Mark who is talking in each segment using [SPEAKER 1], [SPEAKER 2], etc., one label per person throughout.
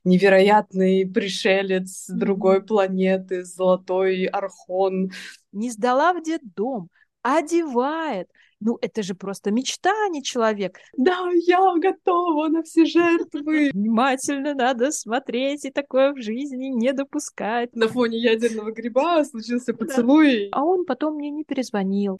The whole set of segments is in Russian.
[SPEAKER 1] невероятный пришелец с другой
[SPEAKER 2] Мгм.
[SPEAKER 1] планеты, золотой архон.
[SPEAKER 2] Не сдала в детдом, одевает. Ну, это же просто мечта, а не человек.
[SPEAKER 1] Да, я готова на все жертвы.
[SPEAKER 2] Внимательно надо смотреть и такое в жизни не допускать.
[SPEAKER 1] На фоне ядерного гриба случился
[SPEAKER 2] Да.
[SPEAKER 1] поцелуй.
[SPEAKER 2] А он потом мне не перезвонил.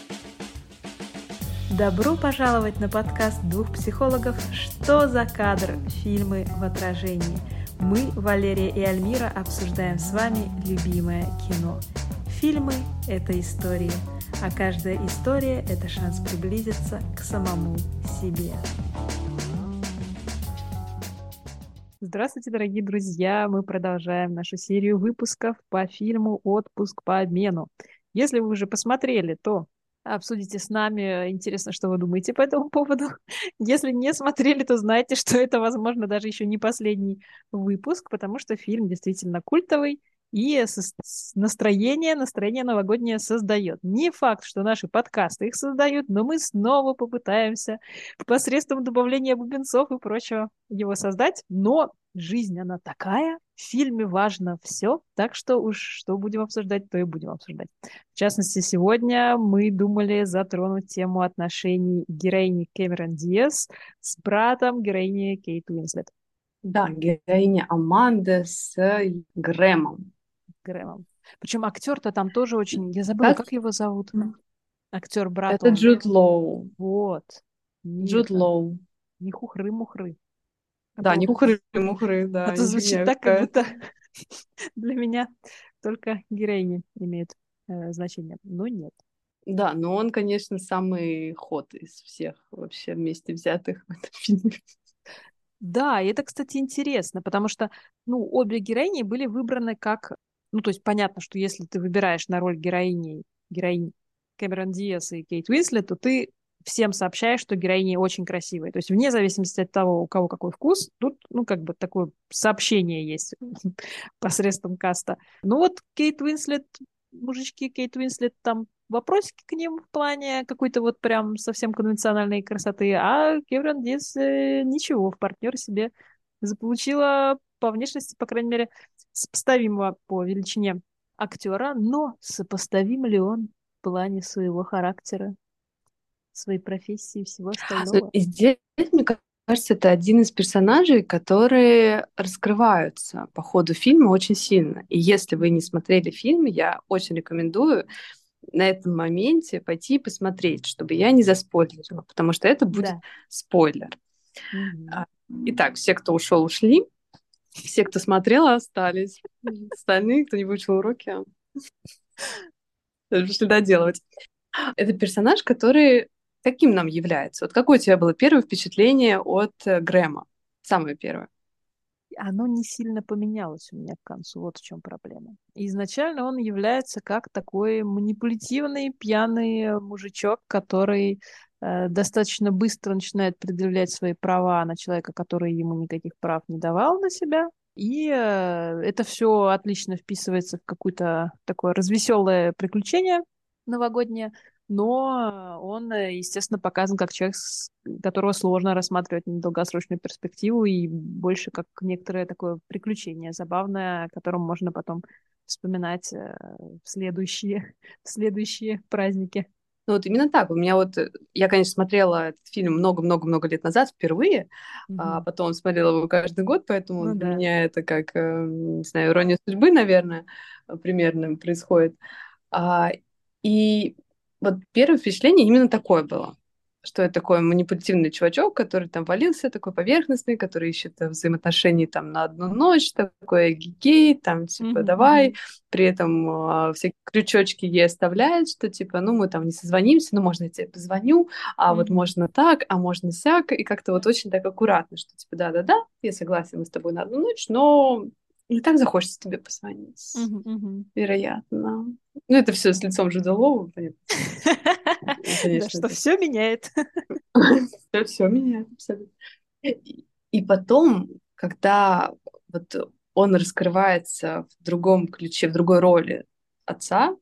[SPEAKER 2] Добро пожаловать на подкаст двух психологов «Что за кадр? Фильмы в отражении». Мы, Валерия и Альмира, обсуждаем с вами любимое кино. Фильмы– это истории, а каждая история– это шанс приблизиться к самому себе. Здравствуйте, дорогие друзья! Мы продолжаем нашу серию выпусков по фильму «Отпуск по обмену». Если вы уже посмотрели, то обсудите с нами. Интересно, что вы думаете по этому поводу. Если не смотрели, то знайте, что это, возможно, даже еще не последний выпуск, потому что фильм действительно культовый и настроение новогоднее создает. Не факт, что наши подкасты их создают, но мы снова попытаемся посредством добавления бубенцов и прочего его создать. Но жизнь, она такая, в фильме важно все, так что уж что будем обсуждать, то и будем обсуждать. В частности, сегодня мы думали затронуть тему отношений героини Кэмерон Диаз с братом героини Кейт Уинслет
[SPEAKER 1] Да, героиня Аманды с Грэмом.
[SPEAKER 2] Грэмом. Причем актер-то там тоже очень... Я забыла,
[SPEAKER 1] Как?
[SPEAKER 2] как его зовут. Актер брата
[SPEAKER 1] Это
[SPEAKER 2] он.
[SPEAKER 1] Джуд Лоу.
[SPEAKER 2] Вот.
[SPEAKER 1] Джуд
[SPEAKER 2] Мирка.
[SPEAKER 1] Лоу.
[SPEAKER 2] Не хухры-мухры. А
[SPEAKER 1] Да,
[SPEAKER 2] то,
[SPEAKER 1] не хухры-мухры,
[SPEAKER 2] а
[SPEAKER 1] да,
[SPEAKER 2] то
[SPEAKER 1] не
[SPEAKER 2] звучит
[SPEAKER 1] фигня
[SPEAKER 2] так, как
[SPEAKER 1] какая-то.
[SPEAKER 2] будто для меня только героини имеют значение. Но нет.
[SPEAKER 1] Да, но он, конечно, самый ход из всех вообще вместе взятых в этом фильме.
[SPEAKER 2] Да, и это, кстати, интересно, потому что, ну, обе героини были выбраны как... Ну, то есть понятно, что если ты выбираешь на роль героинь Кэмерон Диас и Кейт Уинслет, то ты всем сообщаешь, что героини очень красивые. То есть вне зависимости от того, у кого какой вкус, тут, ну, как бы такое сообщение есть посредством каста. Ну вот Кейт Уинслет, мужички Кейт Уинслет, там вопросики к ним в плане какой-то вот прям совсем конвенциональной красоты, а Кэмерон Диаз ничего, в партнер себе заполучила по внешности, по крайней мере, сопоставимого по величине актера, но сопоставим ли он в плане своего характера, своей профессии и всего
[SPEAKER 1] Ну,
[SPEAKER 2] остального?
[SPEAKER 1] и здесь, мне кажется, это один из персонажей, которые раскрываются по ходу фильма очень сильно. И если вы не
[SPEAKER 2] Мгм.
[SPEAKER 1] смотрели фильм, я очень рекомендую на этом моменте пойти и посмотреть, чтобы я не заспойлерила, потому что это будет
[SPEAKER 2] Да.
[SPEAKER 1] спойлер.
[SPEAKER 2] Мгм.
[SPEAKER 1] А, Итак, все, кто ушел, ушли. Все, кто смотрел, остались. Остальные, кто не выучил уроки, пришли доделывать. Это персонаж, который каким нам является? Вот какое у тебя было первое впечатление от Грэма? Самое первое.
[SPEAKER 2] Оно не сильно поменялось у меня к концу. Вот в чем проблема. Изначально он является как такой манипулятивный, пьяный мужичок, который достаточно быстро начинает предъявлять свои права на человека, который ему никаких прав не давал на себя. И это все отлично вписывается в какое-то такое развеселое приключение новогоднее, но он, естественно, показан как человек, которого сложно рассматривать на долгосрочную перспективу и больше как некоторое такое приключение забавное, о котором можно потом вспоминать в следующие, в следующие праздники.
[SPEAKER 1] Ну вот именно так. У меня вот, я, конечно, смотрела этот фильм много-много-много лет назад впервые, а
[SPEAKER 2] Мгм.
[SPEAKER 1] потом смотрела его каждый год, поэтому
[SPEAKER 2] Ну
[SPEAKER 1] для
[SPEAKER 2] да.
[SPEAKER 1] меня это как, не знаю, ирония судьбы, наверное, примерно происходит. А, и вот первое впечатление именно такое было, что это такой манипулятивный чувачок, который там валился, такой поверхностный, который ищет взаимоотношений там на одну ночь, такой гигей, там типа
[SPEAKER 2] Мгм,
[SPEAKER 1] давай,
[SPEAKER 2] мгм,
[SPEAKER 1] при этом все крючочки ей оставляет, что типа, ну мы там не созвонимся, ну можно я тебе позвоню, а вот
[SPEAKER 2] мгм,
[SPEAKER 1] можно так, а можно сяк, и как-то вот очень так аккуратно, что типа да-да-да, я согласен, мы с тобой на одну ночь, но не так захочется тебе позвонить,
[SPEAKER 2] мгм, мгм.
[SPEAKER 1] вероятно. Ну, это все с лицом Джуда Лоу, понятно.
[SPEAKER 2] Да,
[SPEAKER 1] Конечно,
[SPEAKER 2] что
[SPEAKER 1] это
[SPEAKER 2] все меняет.
[SPEAKER 1] все меняет абсолютно. И потом, когда вот он раскрывается в другом ключе, в другой роли отца,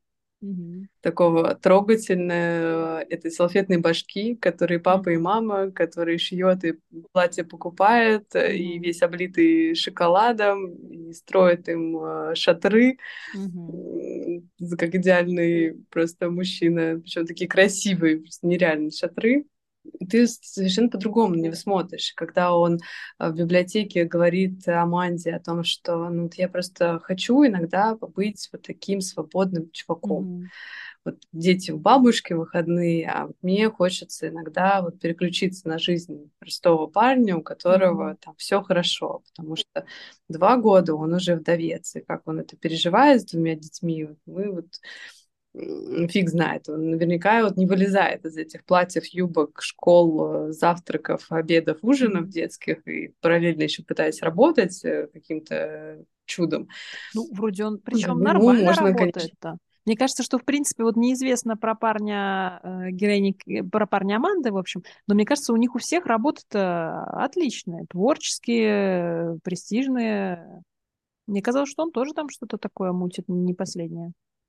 [SPEAKER 2] Мгм.
[SPEAKER 1] такого трогательного, этой салфетной башки, которые папа и
[SPEAKER 2] Мгм.
[SPEAKER 1] мама, который шьет и платье покупает, и
[SPEAKER 2] Мгм.
[SPEAKER 1] весь облитый шоколадом, и строит им шатры,
[SPEAKER 2] Мгм.
[SPEAKER 1] как идеальный просто мужчина, причем такие красивые, просто нереальные шатры. И ты совершенно по-другому на него смотришь. Когда он в библиотеке говорит Аманде о том, что ну, вот я просто хочу иногда побыть вот таким свободным чуваком.
[SPEAKER 2] Мгм.
[SPEAKER 1] Вот дети у бабушки в выходные, а вот мне хочется иногда вот переключиться на жизнь простого парня, у которого
[SPEAKER 2] Мгм.
[SPEAKER 1] там все хорошо, потому что 2 года он уже вдовец, и как он это переживает с 2 детьми, вот мы вот фиг знает, он наверняка вот не вылезает из этих платьев, юбок, школ, завтраков, обедов, ужинов
[SPEAKER 2] Мгм.
[SPEAKER 1] детских и параллельно еще пытаясь работать каким-то чудом.
[SPEAKER 2] Ну, вроде он,
[SPEAKER 1] И как
[SPEAKER 2] причем
[SPEAKER 1] бы ему
[SPEAKER 2] нормально
[SPEAKER 1] можно, конечно.
[SPEAKER 2] работает-то. Мне кажется, что, в принципе, вот неизвестно про парня героини, про парня Аманды, в общем, но мне кажется, у них у всех работа отличная, творческие, престижные. Мне казалось, что он тоже там что-то такое мутит, не последнее.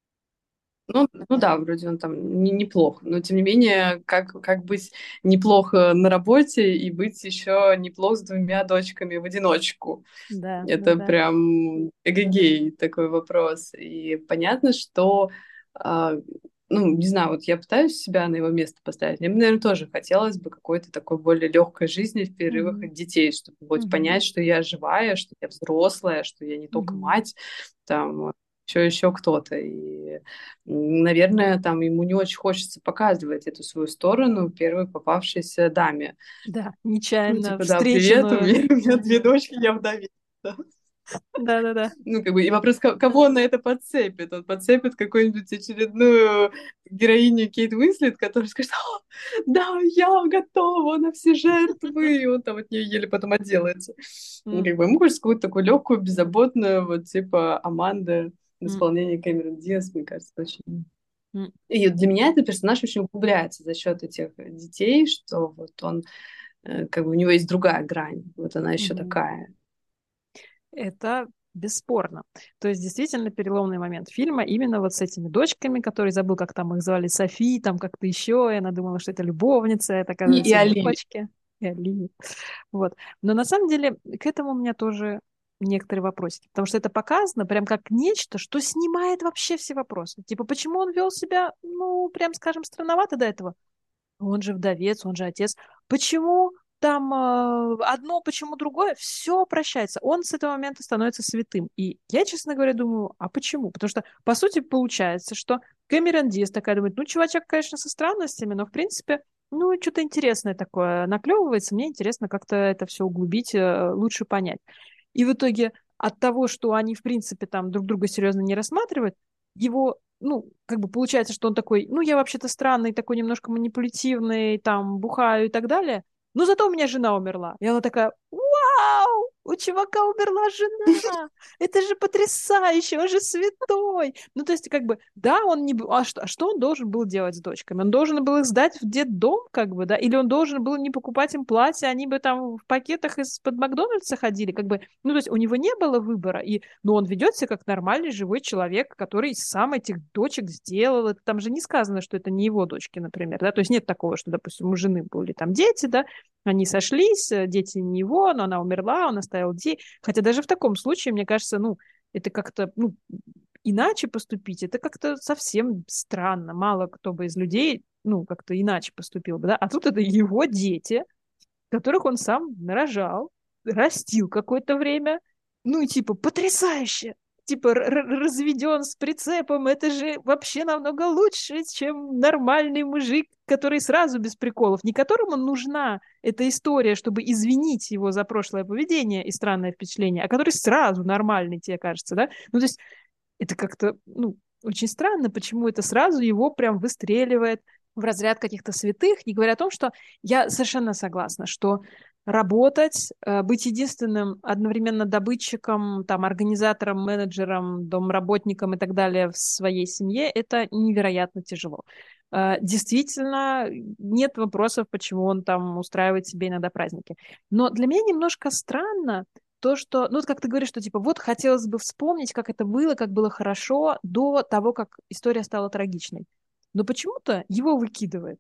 [SPEAKER 1] Ну да, вроде он там неплох, но тем не менее, как быть неплохо на работе и быть еще неплохо с 2 дочками в одиночку?
[SPEAKER 2] Да, да,
[SPEAKER 1] Это
[SPEAKER 2] да.
[SPEAKER 1] прям эгегей такой вопрос. И понятно, что, а, ну, не знаю, вот я пытаюсь себя на его место поставить. Мне бы, наверное, тоже хотелось бы какой-то такой более легкой жизни в перерывах
[SPEAKER 2] Мгм.
[SPEAKER 1] от детей, чтобы хоть
[SPEAKER 2] Мгм.
[SPEAKER 1] понять, что я живая, что я взрослая, что я не только
[SPEAKER 2] Мгм.
[SPEAKER 1] мать, там, еще кто-то. И, наверное, там ему не очень хочется показывать эту свою сторону первой попавшейся даме.
[SPEAKER 2] Да,
[SPEAKER 1] Ну,
[SPEAKER 2] нечаянно
[SPEAKER 1] типа, да, привет, у
[SPEAKER 2] встреченную.
[SPEAKER 1] меня, у меня 2 дочки, я вдовец.
[SPEAKER 2] Да-да-да.
[SPEAKER 1] Ну, как бы, и вопрос, кого он на это подцепит? Он подцепит какую-нибудь очередную героиню Кейт Уинслет, которая скажет: «О, да, я готова на все жертвы, и он там от нее еле потом отделается. Ну,
[SPEAKER 2] М,
[SPEAKER 1] как бы, ему хочется какую-то такую легкую, беззаботную, вот, типа, Аманды в
[SPEAKER 2] м,
[SPEAKER 1] исполнении Кэмерон Диас, мне кажется, очень...
[SPEAKER 2] м.
[SPEAKER 1] И для меня этот персонаж очень углубляется за счет этих детей, что вот он, как бы, у него есть другая грань, вот она еще
[SPEAKER 2] Мгм.
[SPEAKER 1] такая.
[SPEAKER 2] Это бесспорно. То есть действительно переломный момент фильма именно вот с этими дочками, которые забыл, как там их звали, Софи, там как-то еще, и она думала, что это любовница, это,
[SPEAKER 1] И
[SPEAKER 2] оказывается,
[SPEAKER 1] Оливия.
[SPEAKER 2] девочки. И Оливия. Вот. Но на самом деле к этому у меня тоже некоторые вопросики, потому что это показано прям как нечто, что снимает вообще все вопросы. Типа, почему он вел себя, ну, прям, скажем, странновато до этого? Он же вдовец, он же отец. Почему там одно, почему другое? Все прощается. Он с этого момента становится святым. И я, честно говоря, думаю, а почему? Потому что, по сути, получается, что Кэмерон Диаз такая думает, ну, чувачок, конечно, со странностями, но, в принципе, ну, что-то интересное такое наклевывается. Мне интересно как-то это все углубить, лучше понять. И в итоге от того, что они, в принципе, там друг друга серьезно не рассматривают, его, ну, как бы получается, что он такой, ну, я вообще-то странный, такой немножко манипулятивный, там, бухаю и так далее, но зато у меня жена умерла. И она такая, вау, у чувака умерла жена, это же потрясающе, он же святой. Ну, то есть, как бы, да, он не... а что он должен был делать с дочками? Он должен был их сдать в детдом, как бы, да? Или он должен был не покупать им платья, они бы там в пакетах из-под Макдональдса ходили, как бы. Ну, то есть, у него не было выбора, и, ну, он ведет себя как нормальный живой человек, который сам этих дочек сделал. Это, там же не сказано, что это не его дочки, например, да? То есть, нет такого, что, допустим, у жены были там дети, да, они сошлись, дети не его, но она умерла, он оставил детей. Хотя даже в таком случае, мне кажется, ну, это как-то, ну, иначе поступить, это как-то совсем странно. Мало кто бы из людей, ну, как-то иначе поступил бы, да? А тут это его дети, которых он сам нарожал, растил какое-то время. Ну и типа потрясающе! Типа разведен с прицепом, это же вообще намного лучше, чем нормальный мужик, который сразу без приколов, не которому нужна эта история, чтобы извинить его за прошлое поведение и странное впечатление, а который сразу нормальный, тебе кажется, да? Ну, то есть это как-то, ну, очень странно, почему это сразу его прям выстреливает в разряд каких-то святых, не говоря о том, что я совершенно согласна, что работать, быть единственным одновременно добытчиком, там, организатором, менеджером, домработником и так далее в своей семье, это невероятно тяжело. Действительно, нет вопросов, почему он там устраивает себе иногда праздники. Но для меня немножко странно то, что, ну, вот как ты говоришь, что, типа, вот хотелось бы вспомнить, как это было, как было хорошо до того, как история стала трагичной. Но почему-то его выкидывает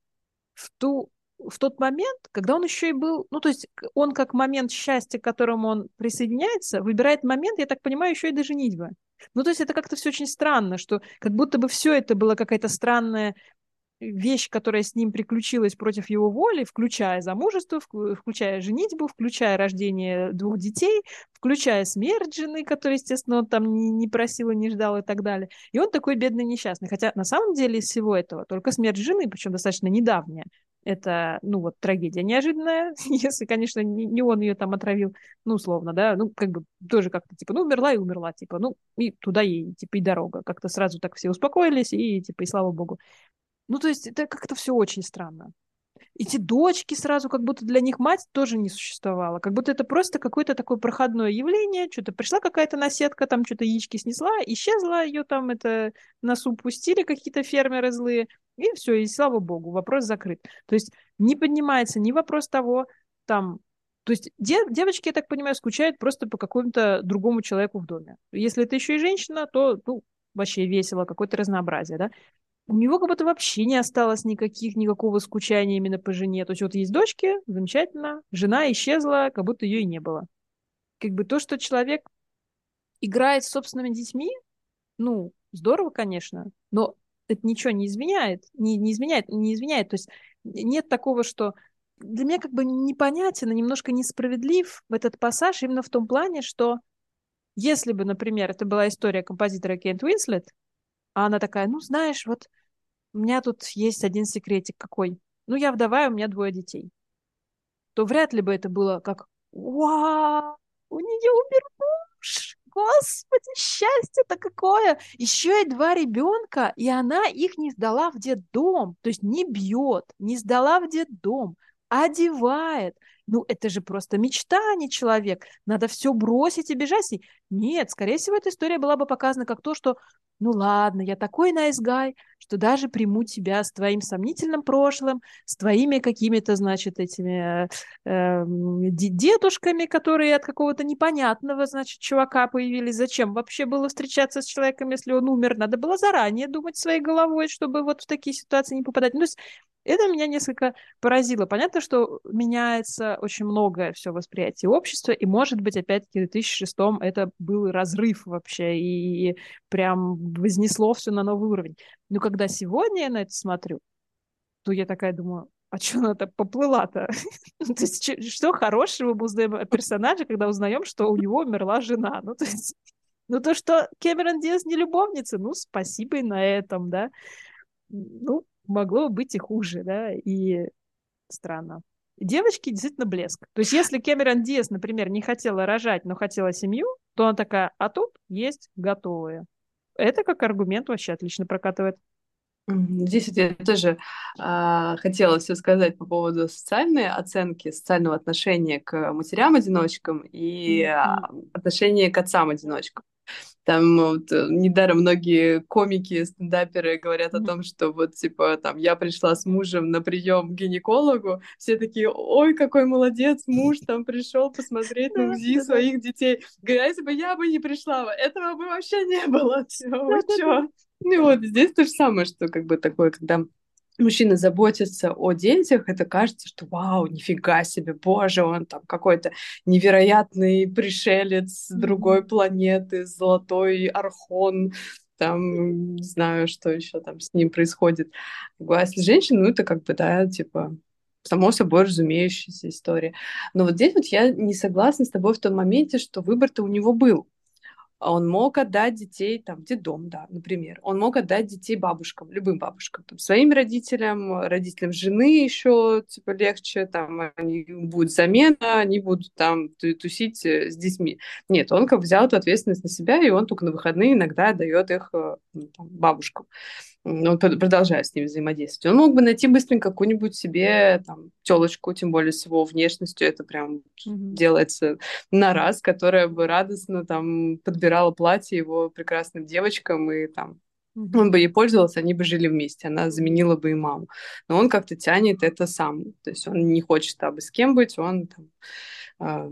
[SPEAKER 2] в тот момент, когда он еще и был, ну, то есть он как момент счастья, к которому он присоединяется, выбирает момент, я так понимаю, еще и до женитьбы. Ну, то есть это как-то все очень странно, что как будто бы все это было какая-то странная вещь, которая с ним приключилась против его воли, включая замужество, включая женитьбу, включая рождение двух детей, включая смерть жены, которую, естественно, он там не просил и не ждал и так далее. И он такой бедный несчастный. Хотя на самом деле из всего этого только смерть жены, причем достаточно недавняя, это, ну вот, трагедия неожиданная, если, конечно, не он ее там отравил, ну, условно, да, ну, как бы тоже как-то, типа, ну, умерла и умерла, типа, ну, и туда ей, типа, и дорога. Как-то сразу так все успокоились, и, типа, и слава богу. Ну, то есть это как-то все очень странно. Эти дочки сразу, как будто для них мать тоже не существовала. Как будто это просто какое-то такое проходное явление. Что-то пришла какая-то наседка, там что-то яички снесла, исчезла, ее там это на суп пустили какие-то фермеры злые. И все, и слава богу, вопрос закрыт. То есть не поднимается ни вопрос того, там... То есть девочки, я так понимаю, скучают просто по какому-то другому человеку в доме. Если это еще и женщина, то, ну, вообще весело, какое-то разнообразие, да? У него как будто вообще не осталось никакого скучания именно по жене. То есть вот есть дочки, замечательно, жена исчезла, как будто ее и не было. Как бы то, что человек играет с собственными детьми, ну, здорово, конечно, но это ничего не изменяет, не изменяет. То есть нет такого, что для меня как бы непонятен и немножко несправедлив в этот пассаж именно в том плане, что если бы, например, это была история композитора Кейт Уинслет, а она такая, ну, знаешь, вот у меня тут есть один секретик какой. Ну, я вдова, и у меня двое детей. То вряд ли бы это было как «Вау! У нее умер муж! Господи, счастье-то какое! Еще и два ребенка, и она их не сдала в детдом. То есть не бьет, не сдала в детдом, одевает. Ну, это же просто мечта, а не человек. Надо все бросить и бежать. Нет, скорее всего, эта история была бы показана как то, что ну ладно, я такой nice guy, что даже приму тебя с твоим сомнительным прошлым, с твоими какими-то, значит, этими дедушками, которые от какого-то непонятного, значит, чувака появились. Зачем вообще было встречаться с человеком, если он умер? Надо было заранее думать своей головой, чтобы вот в такие ситуации не попадать. Ну, то есть это меня несколько поразило. Понятно, что меняется очень многое все восприятие общества, и, может быть, опять-таки в 2006 это был разрыв вообще, и прям вознесло все на новый уровень. Но когда сегодня я на это смотрю, то я такая думаю, а что она так поплыла-то? То есть, что хорошего мы узнаем о персонаже, когда узнаем, что у него умерла жена? Ну, то есть, ну, то, что Кэмерон Диаз не любовница, ну, спасибо и на этом, да. Ну, могло быть и хуже, да, и странно. Девочки действительно блеск. То есть, если Кэмерон Диаз, например, не хотела рожать, но хотела семью, то она такая, а тут есть готовые. Это как аргумент вообще отлично прокатывает.
[SPEAKER 1] Здесь вот я тоже хотела все сказать по поводу социальной оценки, социального отношения к матерям-одиночкам и
[SPEAKER 2] Мгм.
[SPEAKER 1] отношения к отцам-одиночкам. Там вот, недаром многие комики, стендаперы говорят о
[SPEAKER 2] Мгм.
[SPEAKER 1] том, что вот, типа, там, я пришла с мужем на прием к гинекологу, все такие, ой, какой молодец, муж там пришел посмотреть на
[SPEAKER 2] Да,
[SPEAKER 1] УЗИ
[SPEAKER 2] да, да.
[SPEAKER 1] своих детей. Говорят, если бы я бы не пришла, этого бы вообще не было.
[SPEAKER 2] Да,
[SPEAKER 1] Вы
[SPEAKER 2] да, да.
[SPEAKER 1] чё? Ну и вот здесь то же самое, что как бы такое, когда мужчина заботится о детях, это кажется, что вау, нифига себе, боже, он там какой-то невероятный пришелец с
[SPEAKER 2] Мгм.
[SPEAKER 1] другой планеты, золотой архон, там, не знаю, что еще там с ним происходит. А если женщина, ну, это как бы, да, типа, само собой разумеющаяся история. Но вот здесь вот я не согласна с тобой в том моменте, что выбор-то у него был. Он мог отдать детей там, в детдом, да, например. Он мог отдать детей бабушкам, любым бабушкам, там, своим родителям, родителям жены еще типа легче, там они будут замена, они будут там тусить с детьми. Нет, он как бы взял эту ответственность на себя, и он только на выходные иногда дает их ну, там, бабушкам. Он продолжает с ними взаимодействовать. Он мог бы найти быстренько какую-нибудь себе там телочку, тем более с его внешностью, это прям
[SPEAKER 2] Мгм.
[SPEAKER 1] делается на раз, которая бы радостно там подбирала платье его прекрасным девочкам, и там он
[SPEAKER 2] Мгм.
[SPEAKER 1] бы ей пользовался, они бы жили вместе, она заменила бы и маму. Но он как-то тянет это сам. То есть он не хочет абы с кем быть, он там,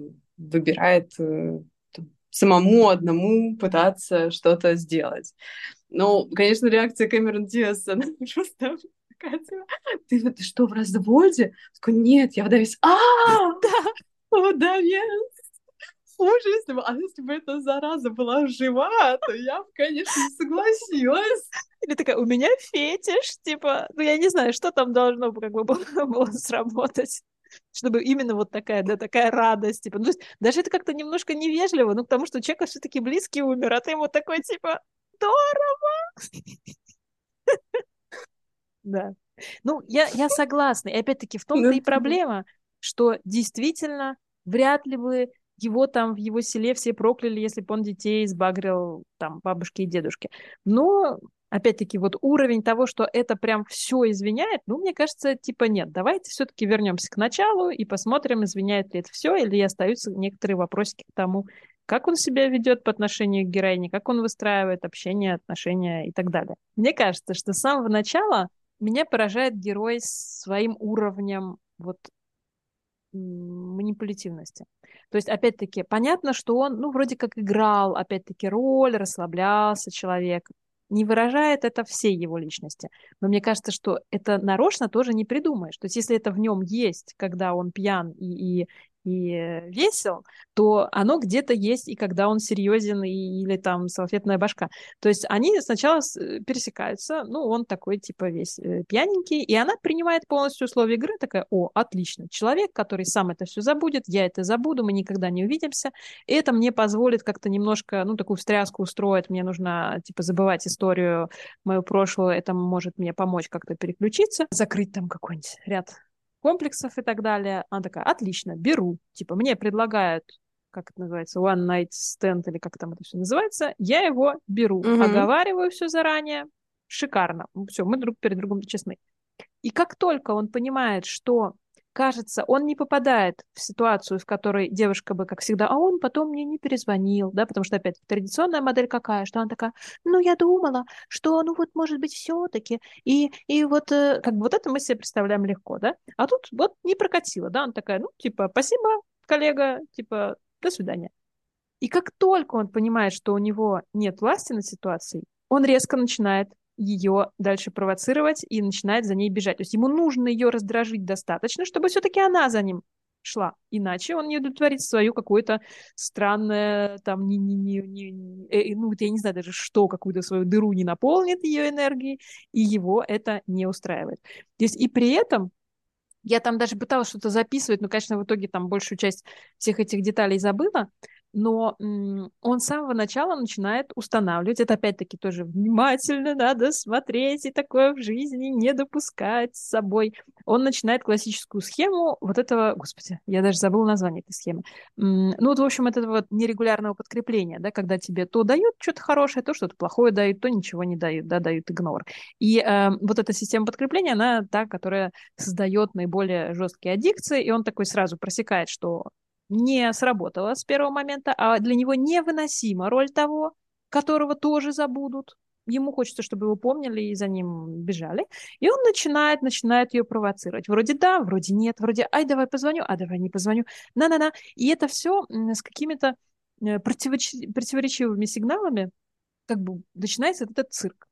[SPEAKER 1] выбирает самому одному пытаться что-то сделать. Ну, конечно, реакция Кэмерон Диас, она просто такая, типа, ты что, в разводе? Такой, нет, я вдовец.
[SPEAKER 2] Да.
[SPEAKER 1] Вдовец! Слушай, если бы эта зараза была жива, то я бы, конечно, не согласилась.
[SPEAKER 2] Или такая, у меня фетиш, типа, ну я не знаю, что там должно как бы было сработать, чтобы именно вот такая, да, такая радость, типа, ну, то есть даже это как-то немножко невежливо, ну, потому что у человека все-таки близкий умер, а ты ему такой, типа, здорово! Да. Ну, я согласна. И опять-таки в том-то
[SPEAKER 1] Ну,
[SPEAKER 2] и проблема, что действительно вряд ли бы его там в его селе все прокляли, если бы он детей сбагрил там бабушке и дедушке. Но, опять-таки, вот уровень того, что это прям все извиняет, ну, мне кажется, типа нет. Давайте все-таки вернемся к началу и посмотрим, извиняет ли это все, или остаются некоторые вопросики к тому, как он себя ведет по отношению к героине, как он выстраивает общение, отношения и так далее. Мне кажется, что с самого начала меня поражает герой своим уровнем вот манипулятивности. То есть, опять-таки, понятно, что он, ну, вроде как играл, опять-таки, роль, расслаблялся человек, не выражает это всей его личности. Но мне кажется, что это нарочно тоже не придумаешь. То есть, если это в нем есть, когда он пьян и весел, то оно где-то есть и когда он серьезен или там салфетная башка. То есть они сначала пересекаются, ну, он такой, типа, весь пьяненький, и она принимает полностью условия игры, такая, о, отлично, человек, который сам это все забудет, я это забуду, мы никогда не увидимся, и это мне позволит как-то немножко, ну, такую встряску устроить, мне нужно, типа, забывать историю мою прошлую, это может мне помочь как-то переключиться, закрыть там какой-нибудь ряд комплексов и так далее. Она такая, отлично, беру. Типа, мне предлагают, как это называется, one night stand, или как там это все называется, я его беру,
[SPEAKER 1] угу.
[SPEAKER 2] оговариваю все заранее, шикарно. Все, мы друг перед другом честны. И как только он понимает, что, кажется, он не попадает в ситуацию, в которой девушка бы, как всегда, а он потом мне не перезвонил, да, потому что, опять, традиционная модель какая, что она такая, ну, я думала, что, ну, вот, может быть, все-таки, и вот, как бы вот это мы себе представляем легко, да, а тут вот не прокатило, да, она такая, ну, типа, спасибо, коллега, типа, до свидания. И как только он понимает, что у него нет власти над ситуацией, он резко начинает ее дальше провоцировать и начинает за ней бежать. То есть ему нужно ее раздражить достаточно, чтобы все-таки она за ним шла. Иначе он не удовлетворит свою какое-то странное, там, ну, вот я не знаю даже что, какую-то свою дыру не наполнит ее энергией, и его это не устраивает. То есть и при этом я там даже пыталась что-то записывать, но, конечно, в итоге там большую часть всех этих деталей забыла. Но он с самого начала начинает устанавливать. Это опять-таки тоже внимательно надо смотреть и такое в жизни не допускать с собой. Он начинает классическую схему вот этого, господи, я даже забыла название этой схемы. Ну вот, в общем, это вот нерегулярного подкрепления, да, когда тебе то дают что-то хорошее, то что-то плохое дают, то ничего не дают, да, дают игнор. И вот эта система подкрепления, она та, которая создает наиболее жесткие аддикции, и он такой сразу просекает, что не сработало с первого момента, а для него невыносима роль того, которого тоже забудут. Ему хочется, чтобы его помнили и за ним бежали. И он начинает ее провоцировать. Вроде да, вроде нет, вроде ай, давай позвоню, а давай не позвоню. На-на-на. И это все с какими-то противоречивыми сигналами, как бы начинается этот цирк.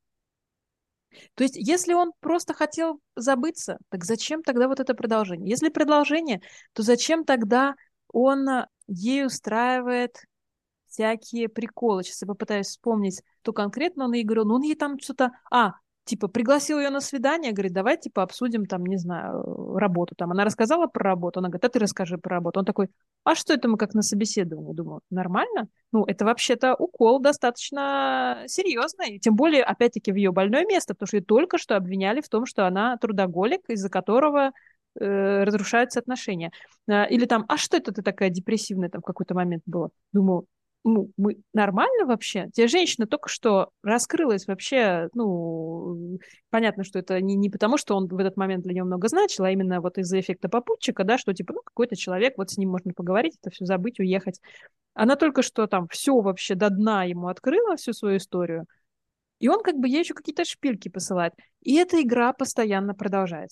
[SPEAKER 2] То есть, если он просто хотел забыться, так зачем тогда вот это продолжение? Если продолжение, то зачем тогда он ей устраивает всякие приколы? Сейчас я попытаюсь вспомнить, что конкретно он ей говорил. Ну, он ей там что-то... типа, пригласил ее на свидание, говорит, давай, типа, обсудим там, не знаю, работу. Там она рассказала про работу, она говорит, а ты расскажи про работу. Он такой, а что это мы как на собеседовании? Думаю, нормально? Ну, это вообще-то укол достаточно серьезный. Тем более, опять-таки, в ее больное место, потому что ее только что обвиняли в том, что она трудоголик, из-за которого разрушаются отношения. Или там, а что это ты такая депрессивная там в какой-то момент была? Думаю, ну, мы нормально вообще? Те женщина только что раскрылась вообще, ну, понятно, что это не потому, что он в этот момент для нее много значил, а именно вот из-за эффекта попутчика, да, что типа, ну, какой-то человек, вот с ним можно поговорить, это все забыть, уехать. Она только что там все вообще до дна ему открыла, всю свою историю, и он как бы ей еще какие-то шпильки посылает. И эта игра постоянно продолжается.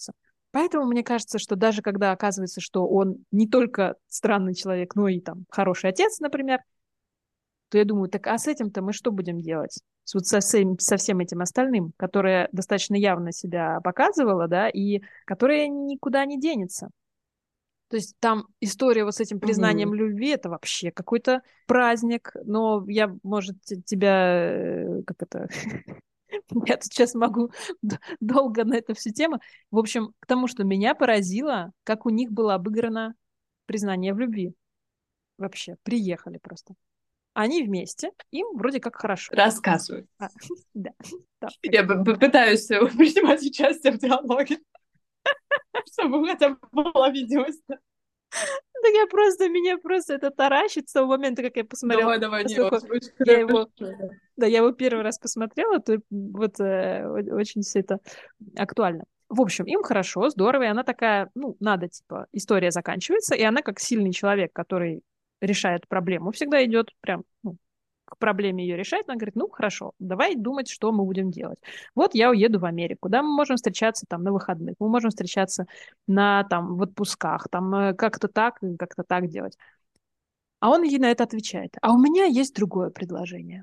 [SPEAKER 2] Поэтому мне кажется, что даже когда оказывается, что он не только странный человек, но и там хороший отец, например, то я думаю, так а с этим-то мы что будем делать? Вот со всем этим остальным, которое достаточно явно себя показывало, да, и которое никуда не денется. То есть там история вот с этим
[SPEAKER 1] Мгм.
[SPEAKER 2] признанием любви, это вообще какой-то праздник, но я, может, тебя, как это, я тут сейчас могу долго на эту всю тему. В общем, к тому, что меня поразило, как у них было обыграно признание в любви. Вообще, приехали просто. Они вместе, им вроде как хорошо.
[SPEAKER 1] Рассказывай.
[SPEAKER 2] А, да, да,
[SPEAKER 1] Я пытаюсь принимать участие в диалоге, чтобы хотя бы была видимость.
[SPEAKER 2] так меня просто это таращит с того момента, как я посмотрела.
[SPEAKER 1] Давай, давай, не,
[SPEAKER 2] Поскольку
[SPEAKER 1] очень
[SPEAKER 2] я
[SPEAKER 1] хорошо.
[SPEAKER 2] его, да, я его первый раз посмотрела, то вот очень все это актуально. В общем, им хорошо, здорово, и она такая, ну, надо, типа, история заканчивается, и она как сильный человек, который решает проблему, всегда идет прям, ну, к проблеме ее решать, она говорит, ну, хорошо, давай думать, что мы будем делать. Вот я уеду в Америку, да, мы можем встречаться там на выходных, мы можем встречаться на, там, в отпусках, там, как-то так делать. А он ей на это отвечает, а у меня есть другое предложение.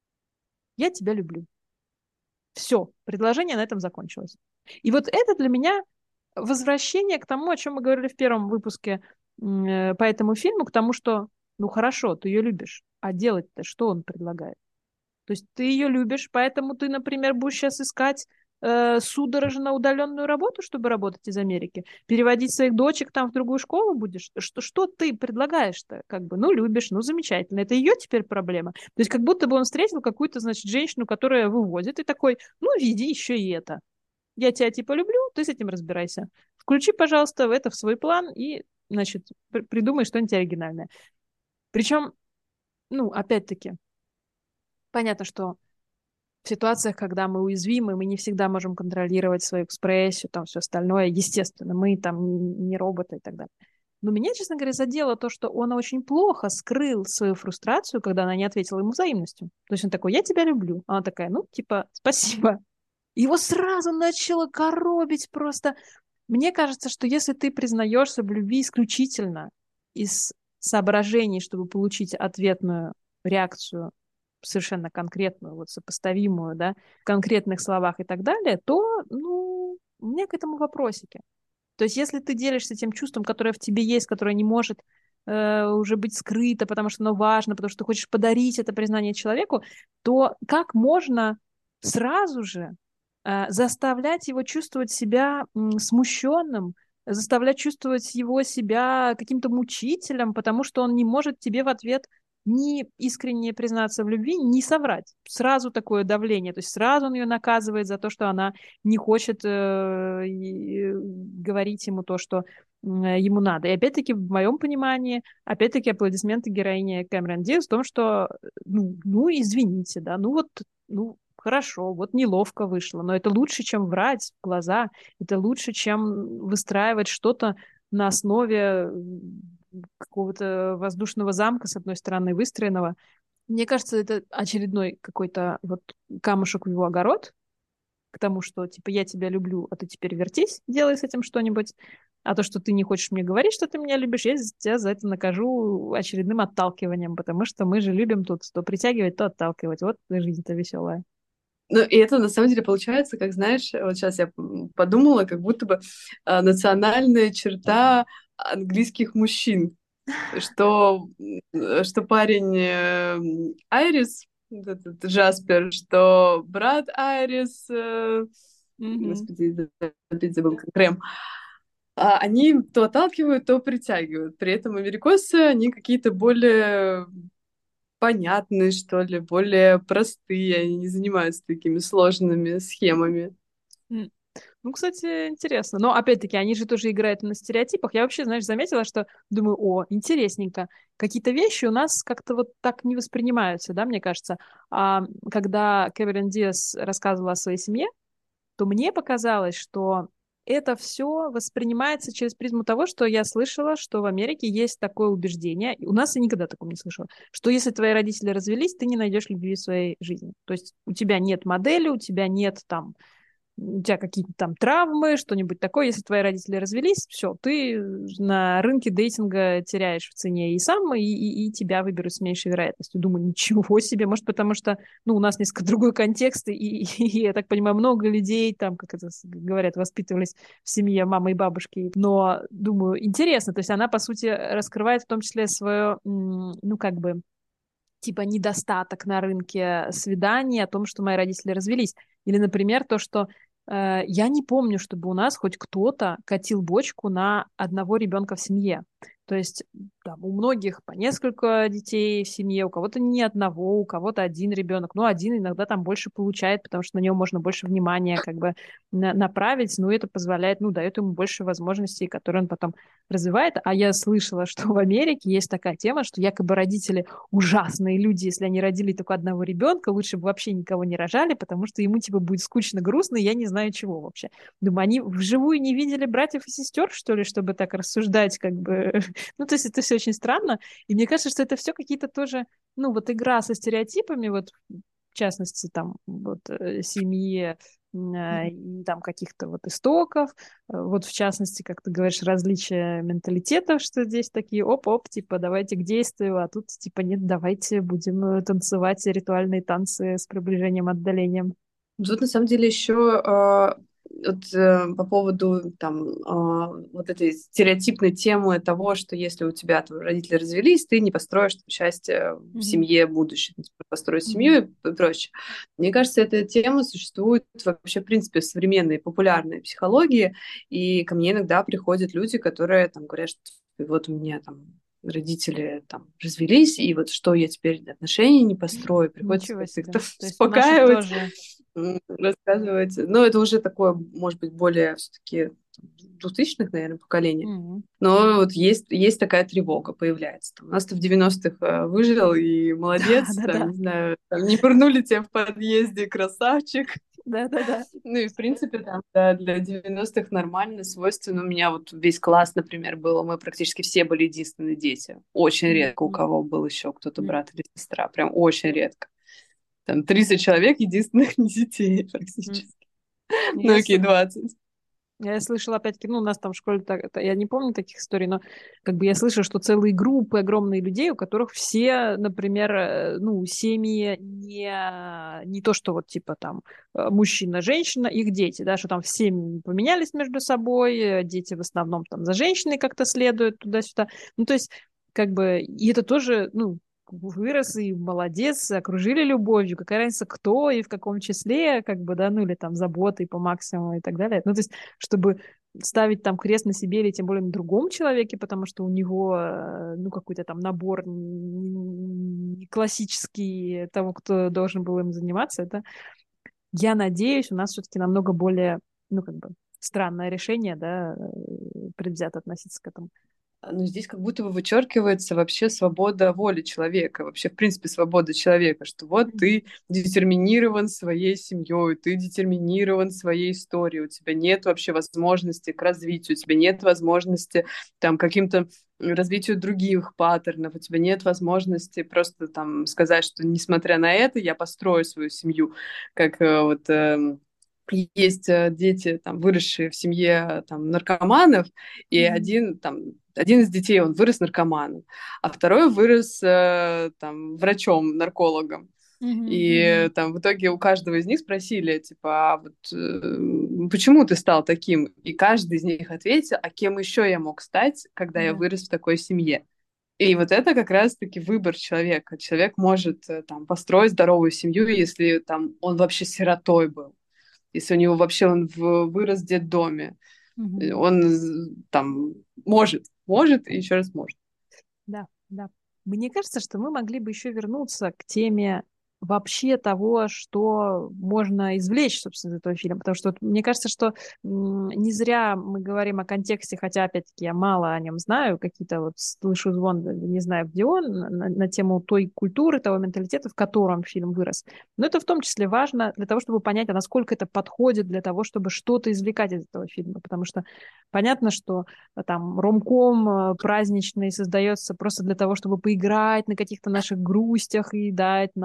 [SPEAKER 2] Я тебя люблю. Все, предложение на этом закончилось. И вот это для меня возвращение к тому, о чем мы говорили в первом выпуске по этому фильму, к тому, что, ну хорошо, ты ее любишь, а делать-то что он предлагает? То есть ты ее любишь, поэтому ты, например, будешь сейчас искать судорожно удаленную работу, чтобы работать из Америки, переводить своих дочек там в другую школу будешь. Что ты предлагаешь-то? Как бы, ну, любишь, ну, замечательно. Это ее теперь проблема. То есть как будто бы он встретил какую-то, значит, женщину, которая выводит, и такой, ну, види еще и это. Я тебя типа люблю, ты с этим разбирайся. Включи, пожалуйста, это в свой план и, значит, придумай что-нибудь оригинальное. Причем, ну, опять-таки, понятно, что в ситуациях, когда мы уязвимы, мы не всегда можем контролировать свою экспрессию, там все остальное. Естественно, мы там не роботы и так далее. Но меня, честно говоря, задело то, что он очень плохо скрыл свою фрустрацию, когда она не ответила ему взаимностью. То есть он такой, я тебя люблю. Она такая, ну, типа, спасибо. И его сразу начало коробить просто. Мне кажется, что если ты признаешься в любви исключительно из соображений, чтобы получить ответную реакцию, совершенно конкретную, вот сопоставимую, да, в конкретных словах и так далее, то, ну, у меня к этому вопросики. То есть если ты делишься тем чувством, которое в тебе есть, которое не может уже быть скрыто, потому что оно важно, потому что ты хочешь подарить это признание человеку, то как можно сразу же заставлять его чувствовать себя смущенным, заставлять чувствовать его себя каким-то мучителем, потому что он не может тебе в ответ ни искренне признаться в любви, ни соврать. Сразу такое давление, то есть сразу он ее наказывает за то, что она не хочет говорить ему то, что ему надо. И опять-таки, в моем понимании, опять-таки, аплодисменты героине Кэмерон Диаз в том, что, ну, извините, да, ну вот, ну, хорошо, вот неловко вышло, но это лучше, чем врать в глаза, это лучше, чем выстраивать что-то на основе какого-то воздушного замка, с одной стороны, выстроенного. Мне кажется, это очередной какой-то вот камушек в его огород, к тому, что, типа, я тебя люблю, а ты теперь вертись, делай с этим что-нибудь. А то, что ты не хочешь мне говорить, что ты меня любишь, я тебя за это накажу очередным отталкиванием, потому что мы же любим тут то притягивать, то отталкивать. Вот жизнь-то веселая.
[SPEAKER 1] Ну, и это на самом деле получается, как знаешь, вот сейчас я подумала, как будто бы национальная черта английских мужчин, что парень Айрис, вот этот Джаспер, что брат Айрис,
[SPEAKER 2] Мгм.
[SPEAKER 1] господи, опять забыл, как Грэм, они то отталкивают, то притягивают. При этом америкосы, они какие-то более понятные, что ли, более простые, они не занимаются такими сложными схемами.
[SPEAKER 2] М. Ну, кстати, интересно. Но, опять-таки, они же тоже играют на стереотипах. Я вообще, знаешь, заметила, что думаю, о, интересненько. Какие-то вещи у нас как-то вот так не воспринимаются, да, мне кажется. Когда Кэмерон Диас рассказывала о своей семье, то мне показалось, что это все воспринимается через призму того, что я слышала, что в Америке есть такое убеждение, и у нас я никогда такого не слышала, что если твои родители развелись, ты не найдешь любви в своей жизни. То есть у тебя нет модели, у тебя нет там у тебя какие-то там травмы, что-нибудь такое. Если твои родители развелись, все, ты на рынке дейтинга теряешь в цене и сам, и тебя выберут с меньшей вероятностью. Думаю, ничего себе, может, потому что, ну, у нас несколько другой контекст, и я так понимаю, много людей там, как это говорят, воспитывались в семье мамы и бабушки. Но, думаю, интересно, то есть она, по сути, раскрывает в том числе свое, ну, как бы, типа недостаток на рынке свиданий, о том, что мои родители развелись. Или, например, то, что я не помню, чтобы у нас хоть кто-то катил бочку на одного ребенка в семье. То есть там, у многих по несколько детей в семье, у кого-то ни одного, у кого-то один ребенок. Ну, один иногда там больше получает, потому что на него можно больше внимания как бы направить, но это позволяет, ну, дает ему больше возможностей, которые он потом развивает. А я слышала, что в Америке есть такая тема, что якобы родители ужасные люди, если они родили только одного ребенка, лучше бы вообще никого не рожали, потому что ему типа будет скучно, грустно, и я не знаю чего вообще. Думаю, они вживую не видели братьев и сестер, что ли, чтобы так рассуждать, как бы. Ну, то есть это все очень странно. И мне кажется, что это все какие-то тоже, ну, вот игра со стереотипами, вот в частности, там, вот, семьи, и там каких-то вот истоков, вот в частности, как ты говоришь, различия менталитетов, что здесь такие оп-оп, типа давайте к действию, а тут типа нет, давайте будем танцевать ритуальные танцы с приближением, отдалением.
[SPEAKER 1] Тут на самом деле еще вот, по поводу там вот этой стереотипной темы того, что если у тебя твои родители развелись, ты не построишь там, счастье в
[SPEAKER 2] Мгм.
[SPEAKER 1] семье будущее, построить
[SPEAKER 2] Мгм.
[SPEAKER 1] семью и прочее. Мне кажется, эта тема существует вообще, в принципе, в современной популярной психологии, и ко мне иногда приходят люди, которые там говорят, что вот у меня там родители там развелись, и вот что я теперь отношения не построю, приходится
[SPEAKER 2] Ничего
[SPEAKER 1] как-то
[SPEAKER 2] себе.
[SPEAKER 1] их
[SPEAKER 2] То есть наши
[SPEAKER 1] успокаивать,
[SPEAKER 2] тоже.
[SPEAKER 1] рассказывать. Но это уже такое, может быть, более все-таки двухтысячных, наверное, поколение.
[SPEAKER 2] Мгм.
[SPEAKER 1] Но вот есть такая тревога, появляется. Там, у нас-то в 90-х выжил и
[SPEAKER 2] Да,
[SPEAKER 1] молодец,
[SPEAKER 2] да,
[SPEAKER 1] там,
[SPEAKER 2] да.
[SPEAKER 1] не знаю, там, не пырнули тебя в подъезде, красавчик.
[SPEAKER 2] Да, да, да.
[SPEAKER 1] Ну и, в принципе, там, да, для 90-х нормально, свойственно. У меня вот весь класс, например, был, мы практически все были единственные дети. Очень редко у
[SPEAKER 2] Мгм.
[SPEAKER 1] кого был еще кто-то
[SPEAKER 2] Мгм.
[SPEAKER 1] брат или сестра, прям очень редко. Там 30 человек единственных детей
[SPEAKER 2] Мгм.
[SPEAKER 1] практически. Ну,
[SPEAKER 2] Я,
[SPEAKER 1] окей, 20.
[SPEAKER 2] Я слышала, опять-таки, ну, у нас там в школе, я не помню таких историй, но как бы я слышала, что целые группы огромные людей, у которых все, например, ну, семьи не то, что вот типа там мужчина, женщина, их дети, да, что там все поменялись между собой, дети в основном там за женщиной как-то следуют туда-сюда. Ну, то есть, как бы, и это тоже, ну, вырос и молодец, окружили любовью, какая разница, кто и в каком числе, как бы, да, ну, или там заботой по максимуму и так далее. Ну, то есть чтобы ставить там крест на себе или тем более на другом человеке, потому что у него, ну, какой-то там набор не классический того, кто должен был им заниматься, это, я надеюсь, у нас все-таки намного более, ну, как бы, странное решение, да, предвзято относиться к этому.
[SPEAKER 1] Но здесь как будто бы вычеркивается вообще свобода воли человека, вообще, в принципе, свобода человека, что вот
[SPEAKER 2] Мгм.
[SPEAKER 1] ты детерминирован своей семьей, ты детерминирован своей историей, у тебя нет вообще возможности к развитию, у тебя нет возможности там каким-то развитию других паттернов, у тебя нет возможности просто там сказать, что несмотря на это, я построю свою семью, как вот есть дети, там, выросшие в семье там, наркоманов, и
[SPEAKER 2] Мгм.
[SPEAKER 1] один из детей, он вырос наркоманом, а второй вырос там, врачом-наркологом.
[SPEAKER 2] Мгм.
[SPEAKER 1] И
[SPEAKER 2] Мгм.
[SPEAKER 1] там в итоге у каждого из них спросили, типа, а вот почему ты стал таким? И каждый из них ответил, а кем еще я мог стать, когда я
[SPEAKER 2] Да.
[SPEAKER 1] вырос в такой семье? И вот это как раз-таки выбор человека. Человек может там построить здоровую семью, если там он вообще сиротой был, если у него вообще вырос в детдоме.
[SPEAKER 2] Мгм.
[SPEAKER 1] Он там может и еще раз может.
[SPEAKER 2] Да, да. Мне кажется, что мы могли бы еще вернуться к теме вообще того, что можно извлечь, собственно, из этого фильма. Потому что вот мне кажется, что не зря мы говорим о контексте, хотя, опять-таки, я мало о нем знаю, какие-то вот слышу звон, не знаю, где он, на тему той культуры, того менталитета, в котором фильм вырос. Но это в том числе важно для того, чтобы понять, а насколько это подходит для того, чтобы что-то извлекать из этого фильма. Потому что понятно, что там ромком праздничный создается просто для того, чтобы поиграть на каких-то наших грустях и дать нам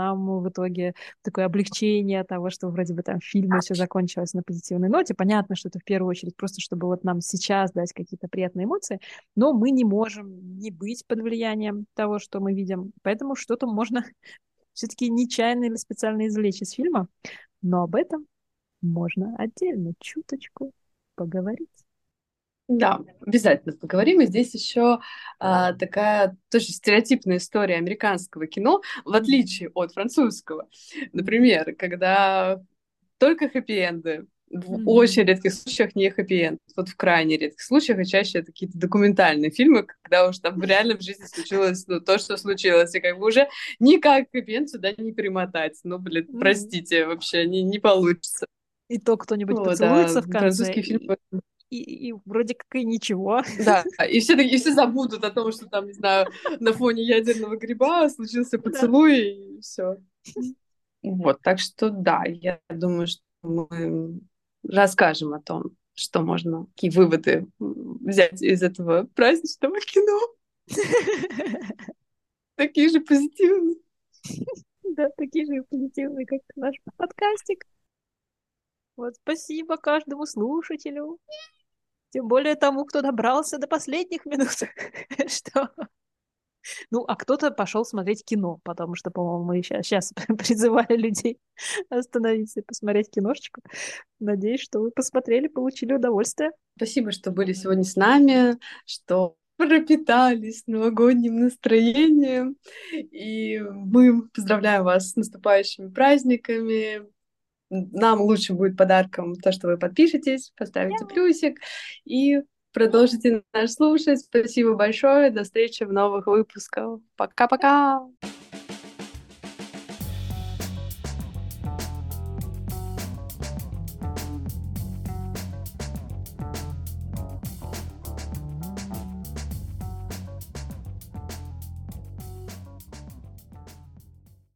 [SPEAKER 2] в итоге такое облегчение того, что вроде бы там в фильме все закончилось на позитивной ноте. Понятно, что это в первую очередь просто, чтобы вот нам сейчас дать какие-то приятные эмоции, но мы не можем не быть под влиянием того, что мы видим. Поэтому что-то можно все-таки нечаянно или специально извлечь из фильма, но об этом можно отдельно чуточку поговорить.
[SPEAKER 1] Да, обязательно поговорим. И здесь еще такая тоже стереотипная история американского кино, в отличие от французского. Например, когда только хэппи-энды, в очень
[SPEAKER 2] Мгм.
[SPEAKER 1] редких случаях не хэппи-энд. Вот в крайне редких случаях, и чаще это какие-то документальные фильмы, когда уж там в реальном жизни случилось то, что случилось, и как бы уже никак хэппи-энд сюда не примотать. Ну, блин,
[SPEAKER 2] Мгм.
[SPEAKER 1] простите, вообще не получится.
[SPEAKER 2] И то кто-нибудь
[SPEAKER 1] Вот, а
[SPEAKER 2] поцелуется в конце,
[SPEAKER 1] французский фильм
[SPEAKER 2] и вроде как и ничего.
[SPEAKER 1] да, и все забудут о том, что там, не знаю, на фоне ядерного гриба случился
[SPEAKER 2] Да.
[SPEAKER 1] поцелуй, и все. Вот, так что да, я думаю, что мы расскажем о том, что можно, какие выводы взять из этого праздничного кино, такие же позитивные.
[SPEAKER 2] Да, такие же позитивные, как наш подкастик. Вот, спасибо каждому слушателю. Тем более тому, кто добрался до последних минут. Что? Ну, а кто-то пошел смотреть кино, потому что, по-моему, мы сейчас призывали людей остановиться и посмотреть киношечку. Надеюсь, что вы посмотрели, получили удовольствие.
[SPEAKER 1] Спасибо, что были сегодня с нами, что пропитались новогодним настроением. И мы поздравляем вас с наступающими праздниками. Нам лучше будет подарком то, что вы подпишетесь, поставите плюсик и продолжите нас слушать. Спасибо большое. До встречи в новых выпусках. Пока-пока.